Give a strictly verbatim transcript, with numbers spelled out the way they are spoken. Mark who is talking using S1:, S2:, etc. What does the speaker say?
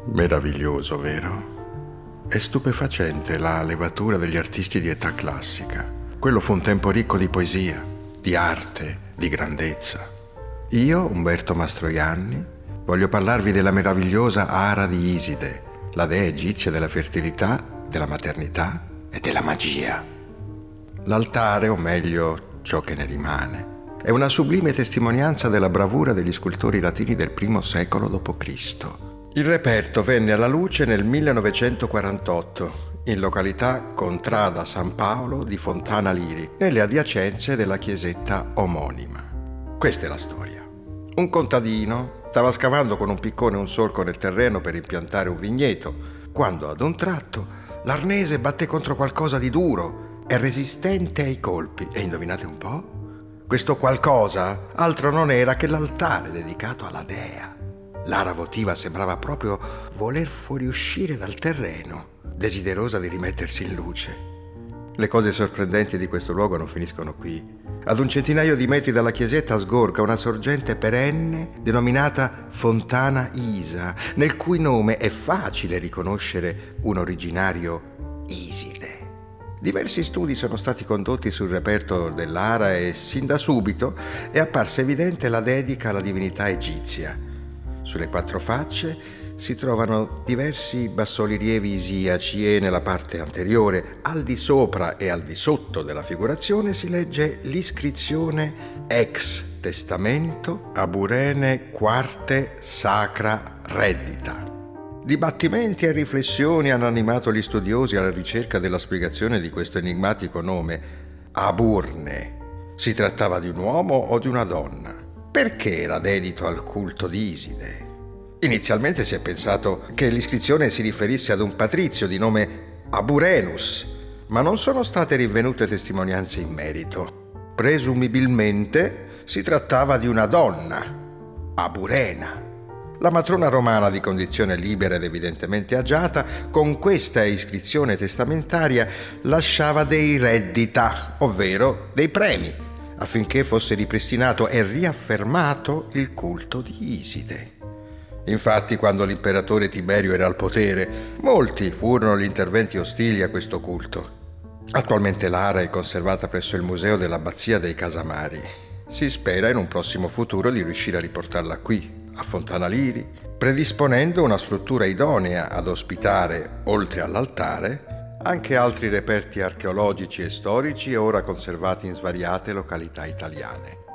S1: Meraviglioso, vero? È stupefacente la levatura degli artisti di età classica. Quello fu un tempo ricco di poesia, di arte, di grandezza. Io, Umberto Mastroianni, voglio parlarvi della meravigliosa Ara di Iside, la dea egizia della fertilità, della maternità e della magia. L'altare, o meglio, ciò che ne rimane, è una sublime testimonianza della bravura degli scultori latini del primo secolo dopo Cristo. Il reperto venne alla luce nel millenovecentoquarantotto, in località Contrada San Paolo di Fontana Liri, nelle adiacenze della chiesetta omonima. Questa è la storia. Un contadino stava scavando con un piccone un solco nel terreno per impiantare un vigneto, quando ad un tratto l'arnese batté contro qualcosa di duro e resistente ai colpi. E indovinate un po'? Questo qualcosa altro non era che l'altare dedicato alla dea. L'ara votiva sembrava proprio voler fuoriuscire dal terreno, desiderosa di rimettersi in luce. Le cose sorprendenti di questo luogo non finiscono qui. Ad un centinaio di metri dalla chiesetta sgorga una sorgente perenne denominata Fontana Isa, nel cui nome è facile riconoscere un originario Iside. Diversi studi sono stati condotti sul reperto dell'ara e sin da subito è apparsa evidente la dedica alla divinità egizia. Sulle quattro facce si trovano diversi bassorilievi isiaci e nella parte anteriore, al di sopra e al di sotto della figurazione, si legge l'iscrizione Ex Testamento Aburene Quarte Sacra Reddita. Dibattimenti e riflessioni hanno animato gli studiosi alla ricerca della spiegazione di questo enigmatico nome. Aburne. Si trattava di un uomo o di una donna? Perché era dedito al culto di Iside? Inizialmente si è pensato che l'iscrizione si riferisse ad un patrizio di nome Aburenus, ma non sono state rinvenute testimonianze in merito. Presumibilmente si trattava di una donna, Aburena. La matrona romana di condizione libera ed evidentemente agiata, con questa iscrizione testamentaria lasciava dei reddita, ovvero dei premi, affinché fosse ripristinato e riaffermato il culto di Iside. Infatti, quando l'imperatore Tiberio era al potere, molti furono gli interventi ostili a questo culto. Attualmente l'ara è conservata presso il museo dell'abbazia dei Casamari. Si spera in un prossimo futuro di riuscire a riportarla qui, a Fontana Liri, predisponendo una struttura idonea ad ospitare, oltre all'altare, anche altri reperti archeologici e storici ora conservati in svariate località italiane.